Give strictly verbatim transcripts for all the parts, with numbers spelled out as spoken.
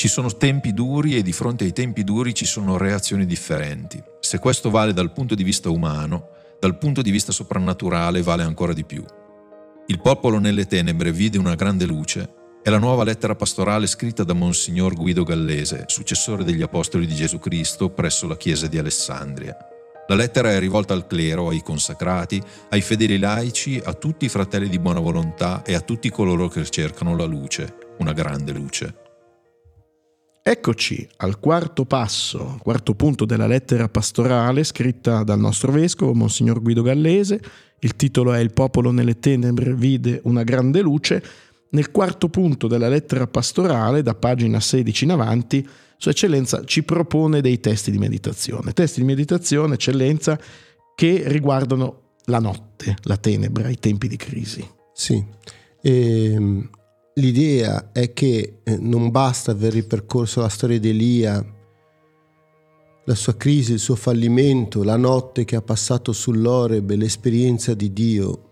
Ci sono tempi duri e di fronte ai tempi duri ci sono reazioni differenti. Se questo vale dal punto di vista umano, dal punto di vista soprannaturale vale ancora di più. Il popolo nelle tenebre vide una grande luce è la nuova lettera pastorale scritta da Monsignor Guido Gallese, successore degli Apostoli di Gesù Cristo presso la Chiesa di Alessandria. La lettera è rivolta al clero, ai consacrati, ai fedeli laici, a tutti i fratelli di buona volontà e a tutti coloro che cercano la luce, una grande luce. Eccoci al quarto passo, quarto punto della lettera pastorale scritta dal nostro vescovo, Monsignor Guido Gallese. Il titolo è Il popolo nelle tenebre vide una grande luce. Nel quarto punto della lettera pastorale, da pagina sedici in avanti, Sua Eccellenza ci propone dei testi di meditazione. Testi di meditazione, Eccellenza, che riguardano la notte, la tenebra, i tempi di crisi. Sì, ehm... l'idea è che non basta aver ripercorso la storia di Elia, la sua crisi, il suo fallimento, la notte che ha passato sull'Oreb, l'esperienza di Dio,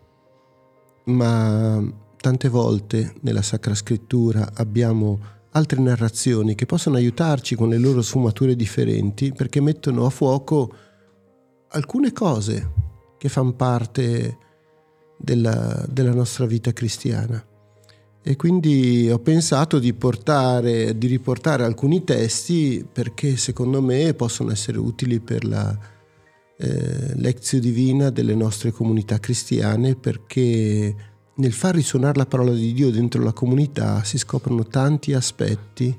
ma tante volte nella Sacra Scrittura abbiamo altre narrazioni che possono aiutarci con le loro sfumature differenti, perché mettono a fuoco alcune cose che fanno parte della, della nostra vita cristiana. E quindi ho pensato di portare, di riportare alcuni testi perché secondo me possono essere utili per la eh, Lectio Divina delle nostre comunità cristiane, perché nel far risuonare la parola di Dio dentro la comunità si scoprono tanti aspetti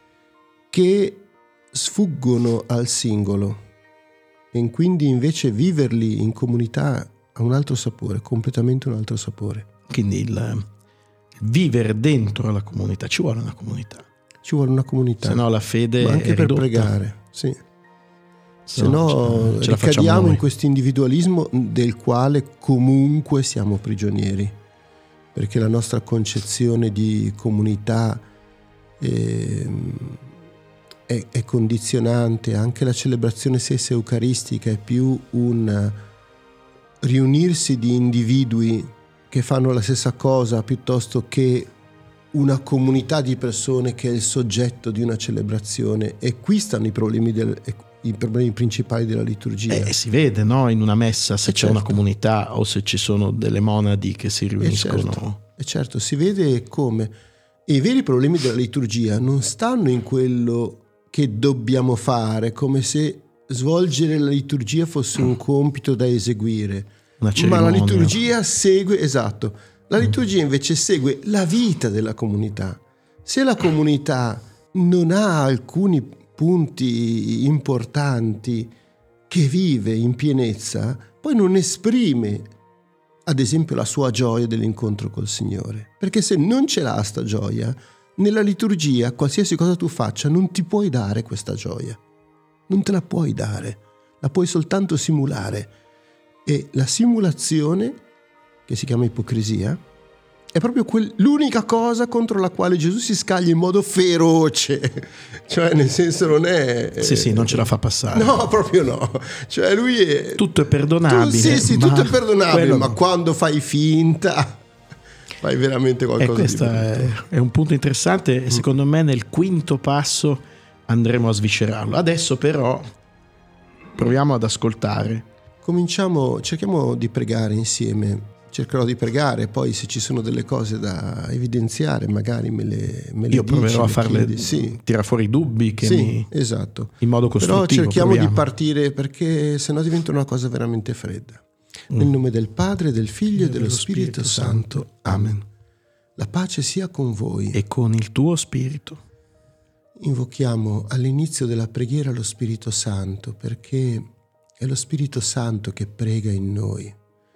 che sfuggono al singolo e quindi invece viverli in comunità ha un altro sapore, completamente un altro sapore. Quindi il vivere dentro la comunità, ci vuole una comunità. Ci vuole una comunità. Se no la fede ma anche è per ridotta. Pregare, sì. Se no, no ce la ricadiamo in questo individualismo del quale comunque siamo prigionieri, perché la nostra concezione di comunità è, è, è condizionante. Anche la celebrazione stessa eucaristica è più un riunirsi di individui che fanno la stessa cosa piuttosto che una comunità di persone che è il soggetto di una celebrazione. E qui stanno i problemi, del, i problemi principali della liturgia. E eh, si vede, no? In una messa se e c'è certo. una comunità o se ci sono delle monadi che si riuniscono. E certo, e certo, si vede come. E i veri problemi della liturgia non stanno in quello che dobbiamo fare, come se svolgere la liturgia fosse un compito da eseguire. Ma la liturgia segue, esatto, la liturgia invece segue la vita della comunità. Se la comunità non ha alcuni punti importanti che vive in pienezza, poi non esprime, ad esempio, la sua gioia dell'incontro col Signore. Perché se non ce l'ha sta gioia, nella liturgia, qualsiasi cosa tu faccia, non ti puoi dare questa gioia. Non te la puoi dare, la puoi soltanto simulare. E la simulazione, che si chiama ipocrisia, è proprio quel, l'unica cosa contro la quale Gesù si scaglia in modo feroce. Cioè, nel senso, non è... Sì, sì, non ce la fa passare. No, proprio no. Cioè, lui è... Tutto è perdonabile. Tu, sì, sì, tutto è perdonabile, ma no. quando fai finta, fai veramente qualcosa e questo di questo è, è un punto interessante e secondo me nel quinto passo andremo a sviscerarlo. Adesso però proviamo ad ascoltare. Cominciamo, cerchiamo di pregare insieme. Cercherò di pregare, poi se ci sono delle cose da evidenziare magari me le, me le Io dici, proverò a farle, chiedi. Sì. tirare fuori i dubbi che sì, mi, esatto. in modo costruttivo. Però cerchiamo proviamo. di partire, perché sennò diventa una cosa veramente fredda. Mm. Nel nome del Padre, del Figlio e dello dello Spirito, Spirito Santo. Santo. Amen. La pace sia con voi. E con il tuo spirito. Invochiamo all'inizio della preghiera lo Spirito Santo, perché è lo Spirito Santo che prega in noi.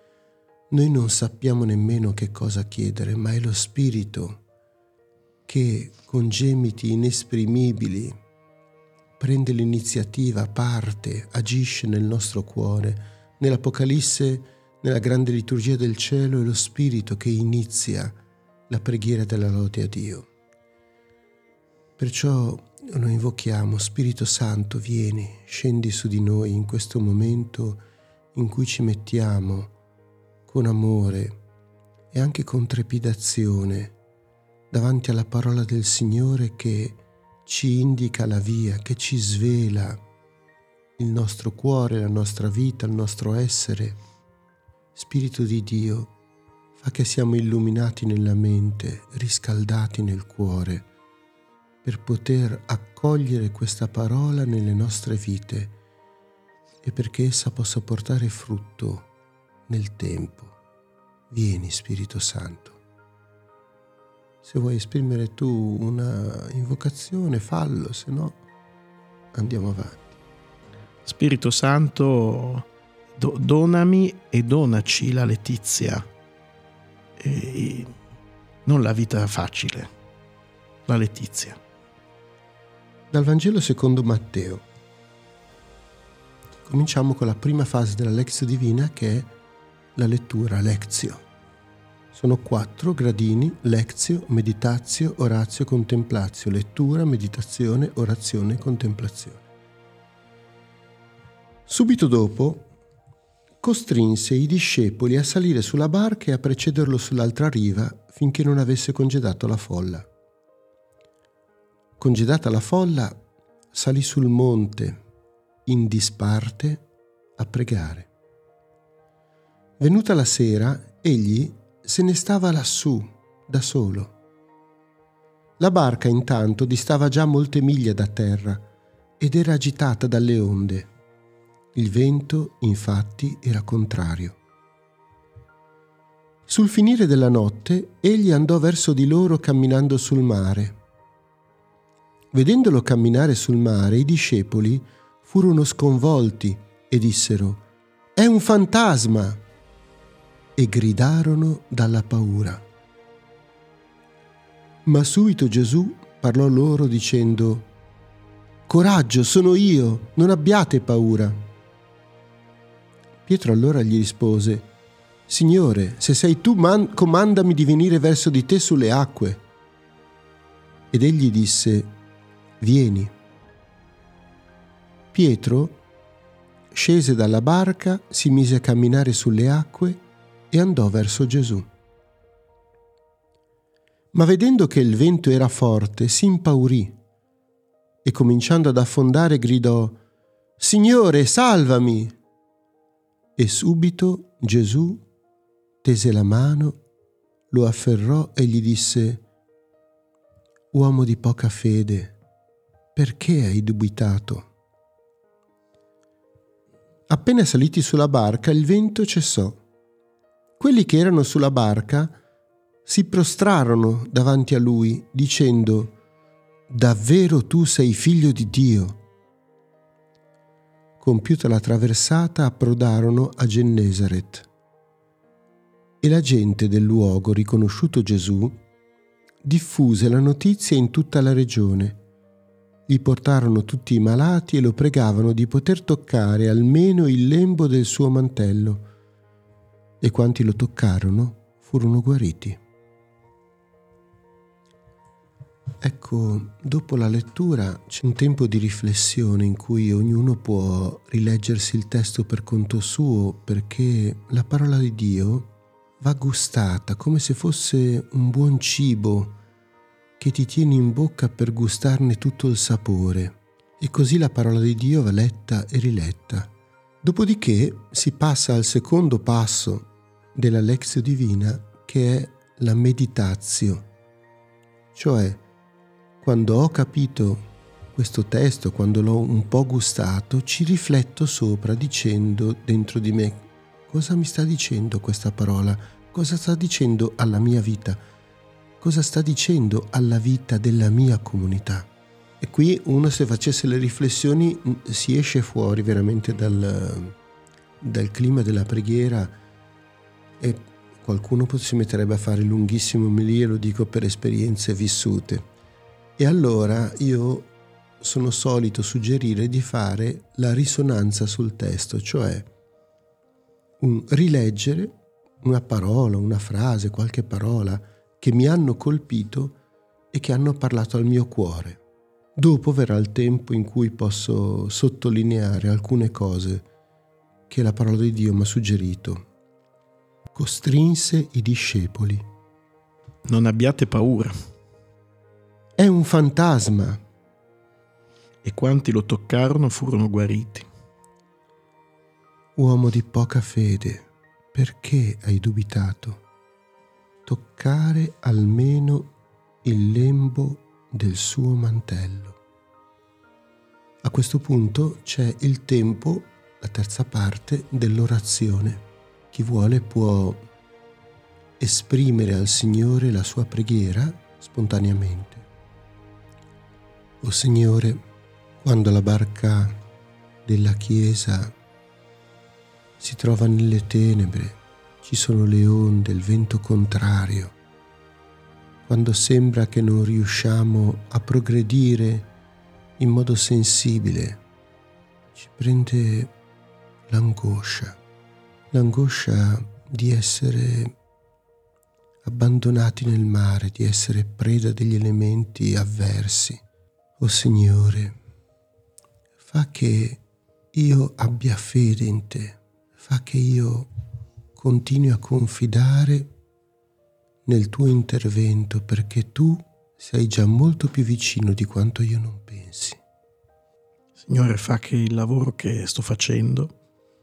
Noi non sappiamo nemmeno che cosa chiedere, ma è lo Spirito che con gemiti inesprimibili prende l'iniziativa, parte, agisce nel nostro cuore. Nell'Apocalisse, nella grande liturgia del cielo, è lo Spirito che inizia la preghiera della lode a Dio. Perciò noi invochiamo: Spirito Santo, vieni, scendi su di noi in questo momento in cui ci mettiamo con amore e anche con trepidazione davanti alla parola del Signore che ci indica la via, che ci svela il nostro cuore, la nostra vita, il nostro essere. Spirito di Dio, fa che siamo illuminati nella mente, riscaldati nel cuore, per poter accogliere questa parola nelle nostre vite e perché essa possa portare frutto nel tempo. Vieni, Spirito Santo. Se vuoi esprimere tu una invocazione, fallo, se no andiamo avanti. Spirito Santo, do- donami e donaci la letizia, e non la vita facile, la letizia. Dal Vangelo secondo Matteo. Cominciamo con la prima fase della Lectio Divina, che è la lettura, Lectio. Sono quattro gradini: Lectio, Meditatio, Oratio, Contemplatio. Lettura, meditazione, orazione, contemplazione. Subito dopo costrinse i discepoli a salire sulla barca e a precederlo sull'altra riva finché non avesse congedato la folla. Congedata la folla, salì sul monte in disparte a pregare. Venuta la sera, egli se ne stava lassù, da solo. La barca intanto distava già molte miglia da terra ed era agitata dalle onde. Il vento, infatti, era contrario. Sul finire della notte, egli andò verso di loro camminando sul mare. Vedendolo camminare sul mare, i discepoli furono sconvolti e dissero: «È un fantasma!» e gridarono dalla paura. Ma subito Gesù parlò loro dicendo: «Coraggio, sono io, non abbiate paura». Pietro allora gli rispose: «Signore, se sei tu, man- comandami di venire verso di te sulle acque». Ed egli disse: «Vieni». Pietro scese dalla barca, si mise a camminare sulle acque e andò verso Gesù. Ma vedendo che il vento era forte, si impaurì e cominciando ad affondare gridò: «Signore, salvami!» E subito Gesù tese la mano, lo afferrò e gli disse: «Uomo di poca fede, perché hai dubitato?» Appena saliti sulla barca, il vento cessò. Quelli che erano sulla barca si prostrarono davanti a lui, dicendo: «Davvero tu sei figlio di Dio?» Compiuta la traversata, approdarono a Gennesaret. E la gente del luogo, riconosciuto Gesù, diffuse la notizia in tutta la regione. Gli portarono tutti i malati e lo pregavano di poter toccare almeno il lembo del suo mantello, e quanti lo toccarono furono guariti. Ecco, dopo la lettura c'è un tempo di riflessione in cui ognuno può rileggersi il testo per conto suo, perché la parola di Dio va gustata come se fosse un buon cibo che ti tieni in bocca per gustarne tutto il sapore. E così la parola di Dio va letta e riletta. Dopodiché si passa al secondo passo della Lectio Divina, che è la meditazio. Cioè, quando ho capito questo testo, quando l'ho un po' gustato, ci rifletto sopra dicendo dentro di me: cosa mi sta dicendo questa parola? Cosa sta dicendo alla mia vita? Cosa sta dicendo alla vita della mia comunità? E qui uno, se facesse le riflessioni, si esce fuori veramente dal, dal clima della preghiera, e qualcuno si metterebbe a fare lunghissime omelie, lo dico per esperienze vissute. E allora io sono solito suggerire di fare la risonanza sul testo, cioè un rileggere una parola, una frase, qualche parola che mi hanno colpito e che hanno parlato al mio cuore. Dopo verrà il tempo in cui posso sottolineare alcune cose che la parola di Dio mi ha suggerito. Costrinse i discepoli. Non abbiate paura. È un fantasma. e quanti lo toccarono furono guariti. Uomo di poca fede, perché hai dubitato? Toccare almeno il lembo del suo mantello. A questo punto c'è il tempo, la terza parte dell'orazione. Chi vuole può esprimere al Signore la sua preghiera spontaneamente. O Signore, quando la barca della Chiesa si trova nelle tenebre, ci sono le onde, il vento contrario, quando sembra che non riusciamo a progredire in modo sensibile, ci prende l'angoscia, l'angoscia di essere abbandonati nel mare, di essere preda degli elementi avversi. O Signore, fa che io abbia fede in Te, fa che io continui a confidare nel Tuo intervento, perché Tu sei già molto più vicino di quanto io non pensi. Signore, fa che il lavoro che sto facendo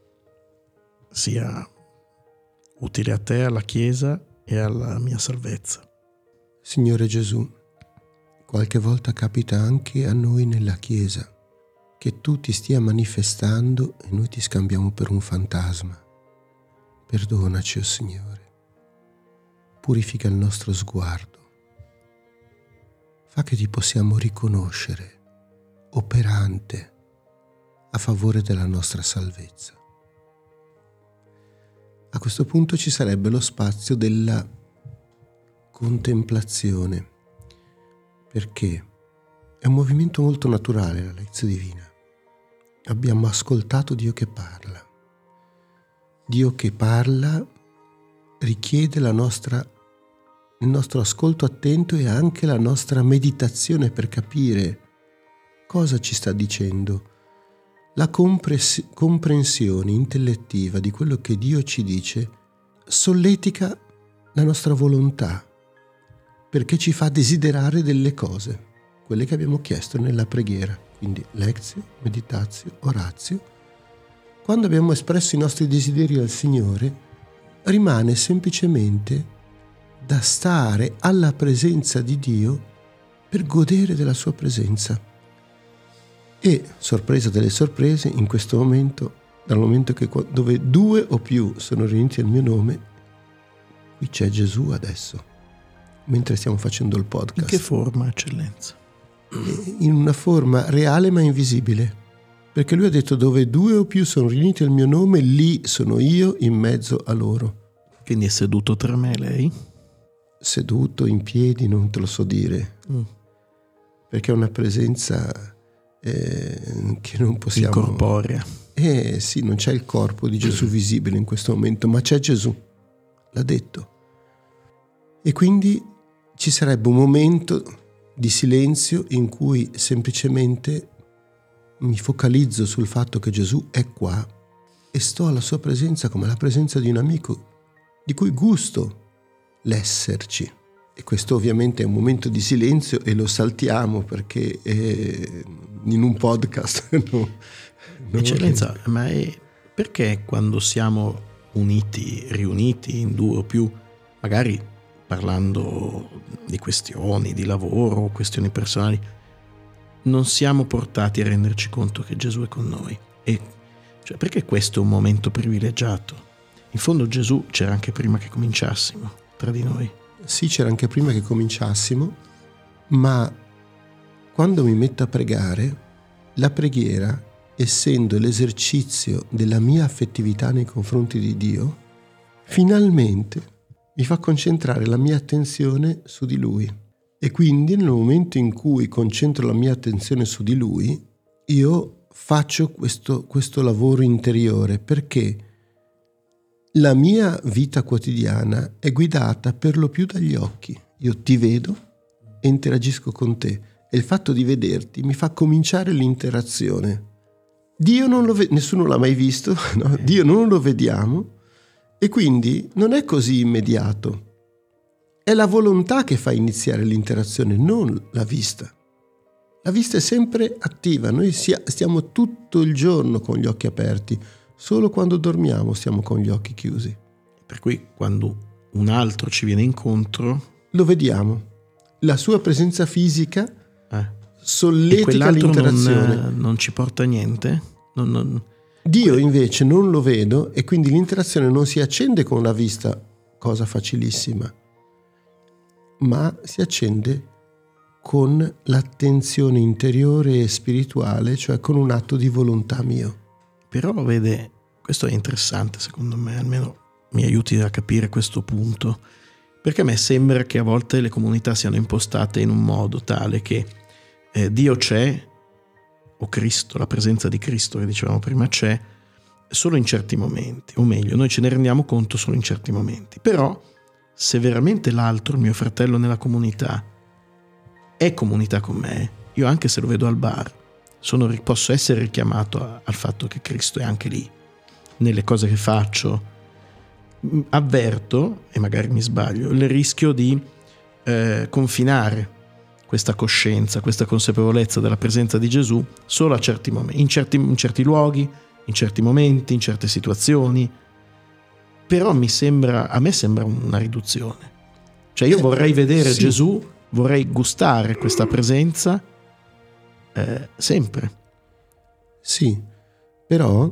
sia utile a Te, alla Chiesa e alla mia salvezza. Signore Gesù, qualche volta capita anche a noi nella Chiesa che Tu ti stia manifestando e noi ti scambiamo per un fantasma. Perdonaci, o Signore. Purifica il nostro sguardo. Fa che ti possiamo riconoscere operante a favore della nostra salvezza. A questo punto ci sarebbe lo spazio della contemplazione, perché è un movimento molto naturale la lezione divina. Abbiamo ascoltato Dio che parla. Dio che parla richiede la nostra, il nostro ascolto attento e anche la nostra meditazione per capire cosa ci sta dicendo. La comprens- comprensione intellettiva di quello che Dio ci dice solletica la nostra volontà, perché ci fa desiderare delle cose, quelle che abbiamo chiesto nella preghiera. Quindi lezio, meditazio, orazio. Quando abbiamo espresso i nostri desideri al Signore, rimane semplicemente da stare alla presenza di Dio per godere della sua presenza. E, sorpresa delle sorprese, in questo momento, dal momento che dove due o più sono riuniti al mio nome, qui c'è Gesù adesso, mentre stiamo facendo il podcast. In che forma, eccellenza? In una forma reale ma invisibile, perché lui ha detto: dove due o più sono riuniti al mio nome, lì sono io in mezzo a loro. Quindi è seduto tra me e lei? Seduto, in piedi, non te lo so dire, mm. perché è una presenza eh, che non possiamo... Incorporea. Eh sì, non c'è il corpo di Gesù visibile in questo momento, ma c'è Gesù, l'ha detto. E quindi ci sarebbe un momento di silenzio in cui semplicemente mi focalizzo sul fatto che Gesù è qua e sto alla sua presenza come la presenza di un amico di cui gusto l'esserci. E questo ovviamente è un momento di silenzio e lo saltiamo perché è in un podcast no, non Eccellenza, è... ma è perché quando siamo uniti, riuniti in due o più, magari parlando di questioni di lavoro, questioni personali, non siamo portati a renderci conto che Gesù è con noi? E cioè, perché questo è un momento privilegiato? In fondo Gesù c'era anche prima che cominciassimo tra di noi. Sì, c'era anche prima che cominciassimo, ma quando mi metto a pregare, la preghiera, essendo l'esercizio della mia affettività nei confronti di Dio, finalmente mi fa concentrare la mia attenzione su di Lui. E quindi nel momento in cui concentro la mia attenzione su di Lui, io faccio questo, questo lavoro interiore, perché la mia vita quotidiana è guidata per lo più dagli occhi. Io ti vedo e interagisco con te. E il fatto di vederti mi fa cominciare l'interazione. Dio non lo vede, nessuno l'ha mai visto, no? Dio non lo vediamo. E quindi non è così immediato. È la volontà che fa iniziare l'interazione, non la vista. La vista è sempre attiva, noi stiamo tutto il giorno con gli occhi aperti, solo quando dormiamo stiamo con gli occhi chiusi. Per cui quando un altro ci viene incontro lo vediamo, la sua presenza fisica eh. solletica l'interazione. Non, non ci porta a niente? Non, non... Dio invece non lo vedo e quindi l'interazione non si accende con la vista, cosa facilissima, ma si accende con l'attenzione interiore e spirituale, cioè con un atto di volontà mio. Però vede, questo è interessante secondo me, almeno mi aiuti a capire questo punto, perché a me sembra che a volte le comunità siano impostate in un modo tale che eh, Dio c'è, o Cristo, la presenza di Cristo che dicevamo prima c'è, solo in certi momenti, o meglio, noi ce ne rendiamo conto solo in certi momenti. Però se veramente l'altro, il mio fratello nella comunità, è comunità con me, io anche se lo vedo al bar, sono, posso essere richiamato a, al fatto che Cristo è anche lì, nelle cose che faccio. Avverto, e magari mi sbaglio, il rischio di eh, confinare questa coscienza, questa consapevolezza della presenza di Gesù solo a certi momenti, in certi, in certi luoghi, in certi momenti, in certe situazioni. Però mi sembra, a me sembra una riduzione. Cioè io vorrei vedere sì. Gesù, vorrei gustare questa presenza eh, sempre. Sì, però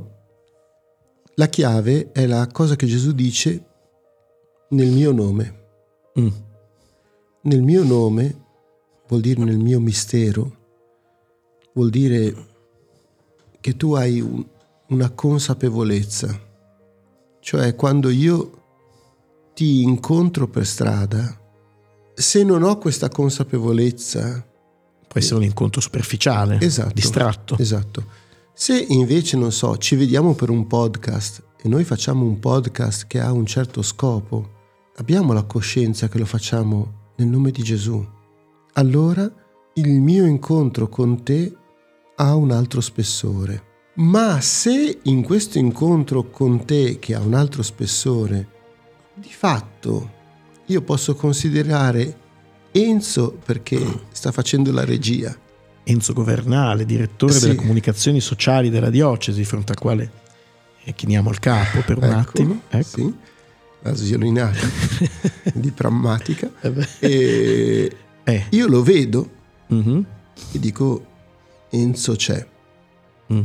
la chiave è la cosa che Gesù dice nel mio nome. Mm. Nel mio nome vuol dire nel mio mistero, vuol dire che tu hai un, una consapevolezza. Cioè quando io ti incontro per strada, se non ho questa consapevolezza... Può essere un incontro superficiale, esatto, distratto. Esatto. Se invece, non so, ci vediamo per un podcast e noi facciamo un podcast che ha un certo scopo, abbiamo la coscienza che lo facciamo nel nome di Gesù, allora il mio incontro con te ha un altro spessore. Ma se in questo incontro con te, che ha un altro spessore, di fatto io posso considerare Enzo, perché sta facendo la regia, Enzo Governale, direttore sì. delle comunicazioni sociali della diocesi, di fronte al quale chiniamo il capo per un ecco, attimo. Ecco. Sì, la sviolinata di prammatica. E eh. io lo vedo mm-hmm. e dico Enzo c'è. Mm.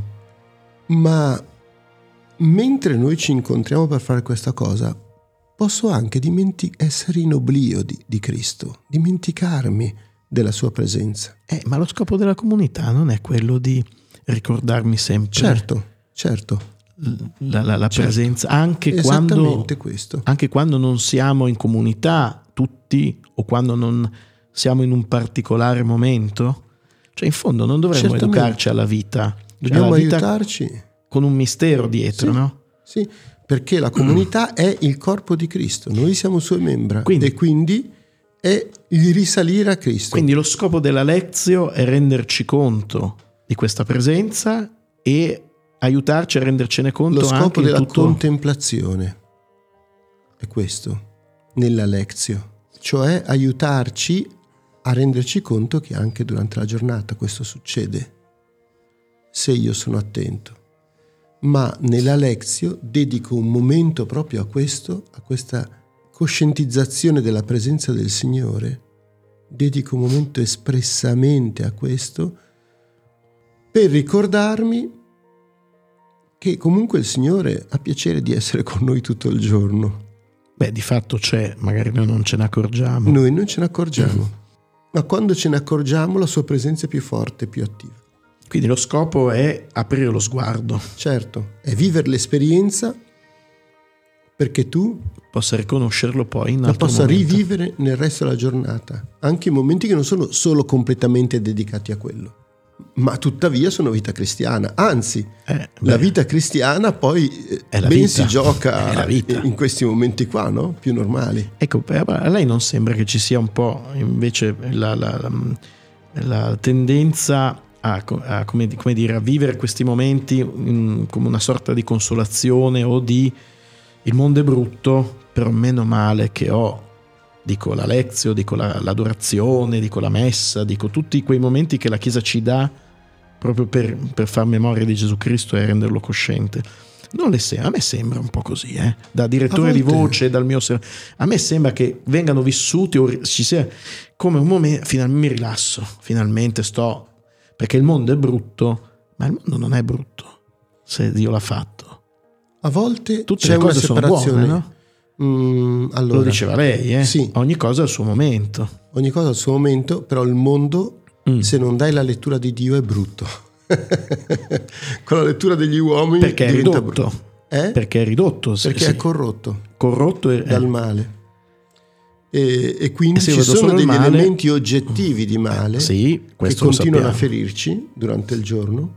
Ma mentre noi ci incontriamo per fare questa cosa, posso anche dimenti- essere in oblio di, di Cristo, dimenticarmi della sua presenza. Eh, ma lo scopo della comunità non è quello di ricordarmi sempre. Certo, certo. La, la, la certo. presenza, anche Esattamente quando, questo. anche quando non siamo in comunità tutti, o quando non siamo in un particolare momento. Cioè in fondo non dovremmo Certamente. educarci alla vita. Dobbiamo alla vita aiutarci. Con un mistero dietro, sì, no? Sì, perché la comunità è il corpo di Cristo, noi siamo sue membra, quindi, e quindi è il risalire a Cristo. Quindi lo scopo della Lectio è renderci conto di questa presenza e aiutarci a rendercene conto. Lo scopo anche della in tutto... contemplazione è questo, nella Lectio, cioè aiutarci a renderci conto che anche durante la giornata questo succede, se io sono attento. Ma nella Lectio dedico un momento proprio a questo, a questa coscientizzazione della presenza del Signore, dedico un momento espressamente a questo per ricordarmi che comunque il Signore ha piacere di essere con noi tutto il giorno. Beh, di fatto c'è, magari noi non ce ne accorgiamo. Noi non ce ne accorgiamo, ma quando ce ne accorgiamo la sua presenza è più forte, più attiva. Quindi lo scopo è aprire lo sguardo. Certo, è vivere l'esperienza perché tu possa riconoscerlo poi in la altro possa momento. rivivere nel resto della giornata, anche in momenti che non sono solo completamente dedicati a quello, ma tuttavia sono vita cristiana. Anzi, eh, la vita cristiana poi è la ben vita. si gioca è la vita. in questi momenti qua, no? Più normali. Ecco, a lei non sembra che ci sia un po' invece la, la, la, la tendenza a, a come, come dire, a vivere questi momenti in, come una sorta di consolazione o di il mondo è brutto, però meno male che ho Dico la lezio, dico la, l'adorazione, dico la messa, dico tutti quei momenti che la Chiesa ci dà proprio per, per far memoria di Gesù Cristo e renderlo cosciente. Non le sembra, a me sembra un po' così, eh? Da direttore di voce, dal mio ser- a me sembra che vengano vissuti o ci sia come un momento, finalmente mi rilasso, finalmente sto, perché il mondo è brutto, ma il mondo non è brutto se Dio l'ha fatto. A volte tutte c'è le cose una separazione, sono buone, no? Mm, allora, lo diceva lei, eh? Sì. Ogni cosa ha il suo momento. Ogni cosa ha il suo momento, però il mondo, mm. se non dai la lettura di Dio, è brutto. Con la lettura degli uomini perché è ridotto. Brutto. Eh? Perché è ridotto. Perché sì. è corrotto. Corrotto e, dal eh. male. E, e quindi e ci sono degli male, elementi oggettivi di male sì, che continuano a ferirci durante il giorno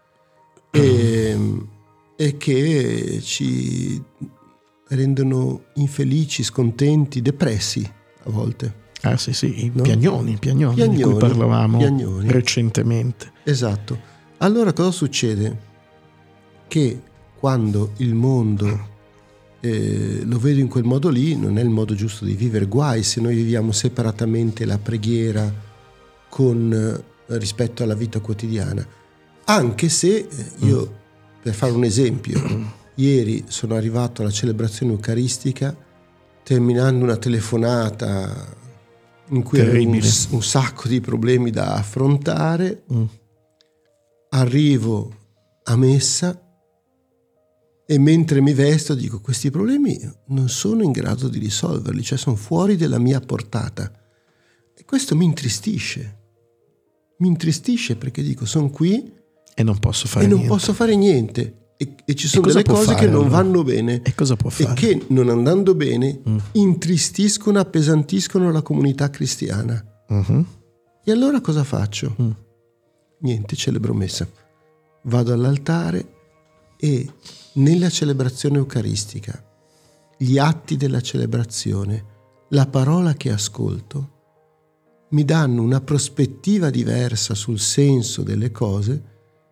e, e che ci rendono infelici, scontenti, depressi a volte. Ah sì sì, no? piagnoni, piagnoni, piagnoni, di cui parlavamo piagnoni. recentemente. Esatto. Allora cosa succede? Che quando il mondo eh, lo vedo in quel modo lì, non è il modo giusto di vivere. Guai se noi viviamo separatamente la preghiera con eh, rispetto alla vita quotidiana. Anche se eh, io, mm. per fare un esempio, ieri sono arrivato alla celebrazione eucaristica terminando una telefonata in cui avevo un, un sacco di problemi da affrontare. Mm. Arrivo a messa e mentre mi vesto dico: questi problemi non sono in grado di risolverli, cioè sono fuori della mia portata. E questo mi intristisce. Mi intristisce perché dico: sono qui e non posso fare e non niente. posso fare niente. E, e ci sono delle cose fare, che non allora? vanno bene e, cosa può fare? e che non andando bene mm. intristiscono, appesantiscono la comunità cristiana. Mm-hmm. E allora cosa faccio? Mm. Niente, celebro messa. Vado all'altare e nella celebrazione eucaristica, gli atti della celebrazione, la parola che ascolto, mi danno una prospettiva diversa sul senso delle cose.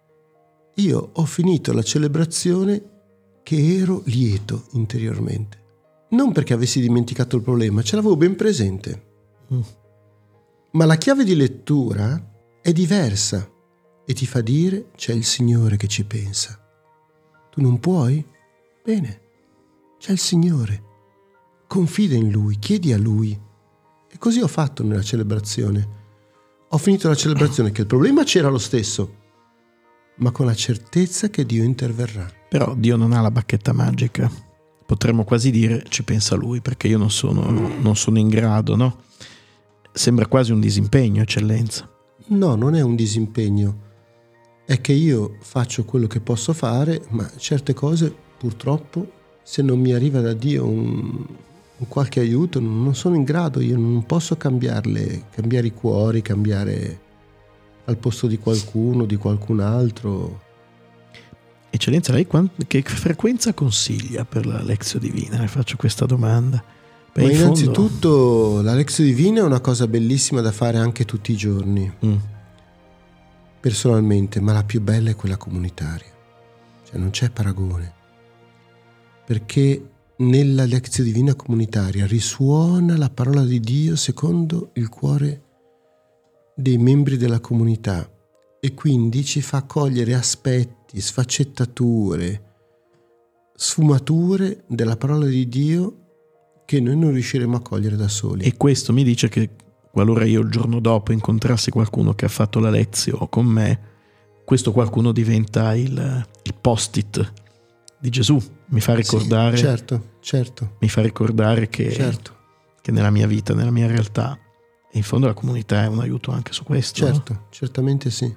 Io ho finito la celebrazione che ero lieto interiormente. Non perché avessi dimenticato il problema, ce l'avevo ben presente. Mm. Ma la chiave di lettura è diversa e ti fa dire: c'è il Signore che ci pensa. Tu non puoi? Bene, c'è il Signore. Confida in Lui, chiedi a Lui. E così ho fatto nella celebrazione. Ho finito la celebrazione che il problema c'era lo stesso, ma con la certezza che Dio interverrà. Però Dio non ha la bacchetta magica. Potremmo quasi dire: ci pensa Lui, perché io non sono, non sono in grado, no? Sembra quasi un disimpegno, eccellenza. No, non è un disimpegno. È che io faccio quello che posso fare, ma certe cose purtroppo, se non mi arriva da Dio un, un qualche aiuto, non sono in grado. Io non posso cambiarle, cambiare i cuori, cambiare al posto di qualcuno, di qualcun altro. Eccellenza, lei quant- che frequenza consiglia per la Lectio Divina? Le faccio questa domanda. Beh, Ma in innanzitutto fondo... la Lectio Divina è una cosa bellissima da fare anche tutti i giorni, mm. personalmente, ma la più bella è quella comunitaria. Cioè non c'è paragone. Perché nella Lectio Divina comunitaria risuona la parola di Dio secondo il cuore dei membri della comunità e quindi ci fa cogliere aspetti, sfaccettature, sfumature della parola di Dio che noi non riusciremo a cogliere da soli. E questo mi dice che qualora io il giorno dopo incontrassi qualcuno che ha fatto la Lectio con me, questo qualcuno diventa il, il post-it di Gesù. Mi fa ricordare, sì, certo, certo. Mi fa ricordare che, certo. che nella mia vita, nella mia realtà, in fondo la comunità è un aiuto anche su questo. Certo, no? certamente sì.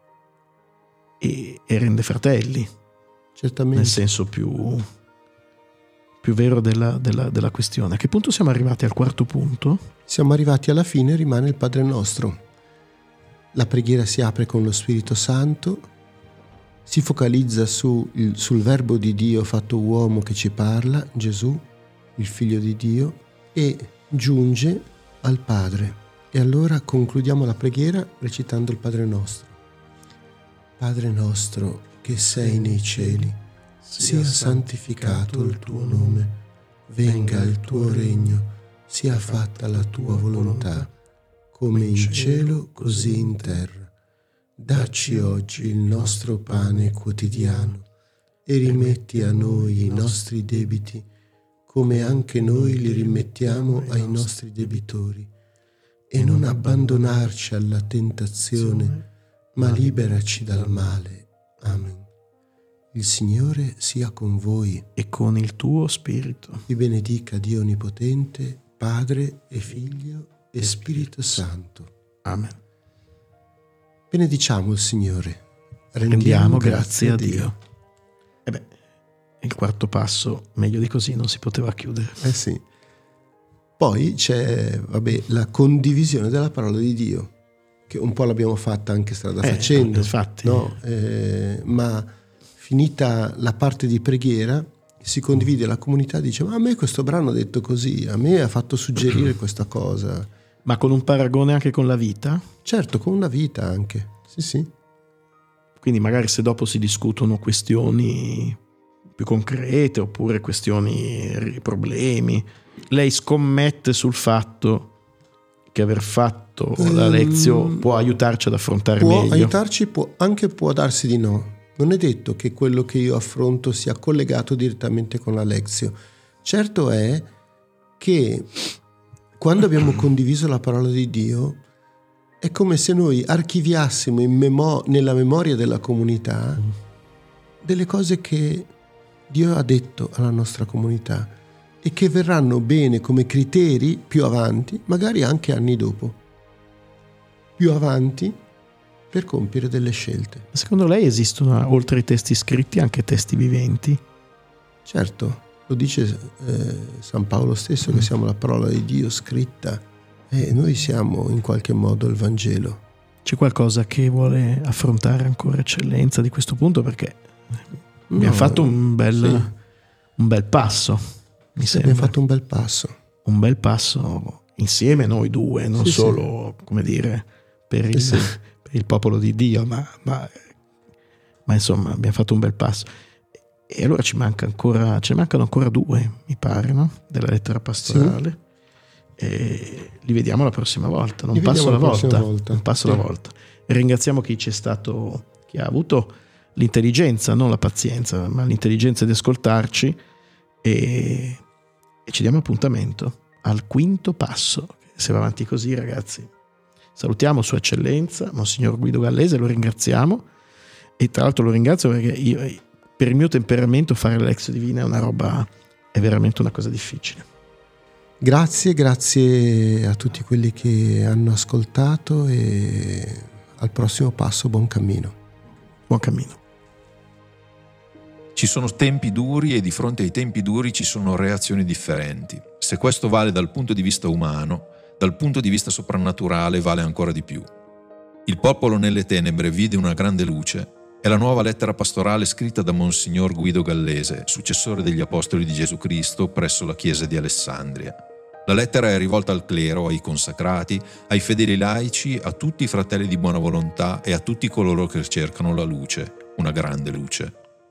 E, e rende fratelli. Certamente. Nel senso più, più vero della, della, della questione. A che punto siamo arrivati? Al quarto punto? Siamo arrivati alla fine, rimane il Padre Nostro. La preghiera si apre con lo Spirito Santo, si focalizza su, il, sul Verbo di Dio fatto uomo che ci parla, Gesù, il Figlio di Dio, e giunge al Padre. E allora concludiamo la preghiera recitando il Padre Nostro. Padre nostro che sei nei cieli, sia santificato il tuo nome, venga il tuo regno, sia fatta la tua volontà, come in cielo così in terra. Dacci oggi il nostro pane quotidiano e rimetti a noi i nostri debiti, come anche noi li rimettiamo ai nostri debitori. E non abbandonarci alla tentazione, ma liberaci dal male. Amen. Il Signore sia con voi e con il tuo spirito. Vi benedica Dio Onnipotente, Padre e Figlio e Spirito Santo. Amen. Benediciamo il Signore. Rendiamo, Rendiamo grazie a Dio. Dio. E beh, il quarto passo, meglio di così non si poteva chiudere. Eh sì. Poi c'è, vabbè, la condivisione della parola di Dio, che un po' l'abbiamo fatta anche strada eh, facendo. Infatti. No? Eh, ma finita la parte di preghiera, si condivide, la comunità dice: ma a me questo brano ha detto così, a me ha fatto suggerire questa cosa. Ma con un paragone anche con la vita? Certo, con una vita anche, sì sì. Quindi magari se dopo si discutono questioni più concrete oppure questioni, problemi, lei scommette sul fatto che aver fatto um, la lezione può aiutarci ad affrontare può meglio. Aiutarci, può, anche può darsi di no. Non è detto che quello che io affronto sia collegato direttamente con la lezione. Certo è che quando abbiamo condiviso la parola di Dio è come se noi archiviassimo in memo- nella memoria della comunità delle cose che Dio ha detto alla nostra comunità e che verranno bene come criteri più avanti, magari anche anni dopo, più avanti, per compiere delle scelte. Secondo lei esistono, oltre ai testi scritti, anche testi viventi? Certo, lo dice eh, San Paolo stesso, mm. che siamo la parola di Dio scritta e noi siamo in qualche modo il Vangelo. C'è qualcosa che vuole affrontare ancora, Eccellenza, di questo punto? Perché no, abbiamo fatto un bel, sì. un bel passo. Mi sì, sembra. Abbiamo fatto un bel passo. Un bel passo insieme noi due, non sì, solo, sì. come dire, per il, sì. per il popolo di Dio, ma, ma, ma insomma abbiamo fatto un bel passo. E allora ci manca ancora, ci mancano ancora due, mi pare, no? Della lettera pastorale. Sì. E li vediamo la prossima volta, non passo alla volta, volta. Un passo alla sì. volta. E ringraziamo chi c'è stato, chi ha avuto l'intelligenza, non la pazienza, ma l'intelligenza di ascoltarci e, e ci diamo appuntamento al quinto passo. Se va avanti così, ragazzi, salutiamo Sua Eccellenza Monsignor Guido Gallese, lo ringraziamo e tra l'altro lo ringrazio perché io, per il mio temperamento fare la lezione divina è una roba, è veramente una cosa difficile. Grazie, grazie a tutti quelli che hanno ascoltato e al prossimo passo buon cammino. Buon cammino. Ci sono tempi duri e di fronte ai tempi duri ci sono reazioni differenti. Se questo vale dal punto di vista umano, dal punto di vista soprannaturale vale ancora di più. Il popolo nelle tenebre vide una grande luce è la nuova lettera pastorale scritta da Monsignor Guido Gallese, successore degli Apostoli di Gesù Cristo presso la Chiesa di Alessandria. La lettera è rivolta al clero, ai consacrati, ai fedeli laici, a tutti i fratelli di buona volontà e a tutti coloro che cercano la luce, una grande luce.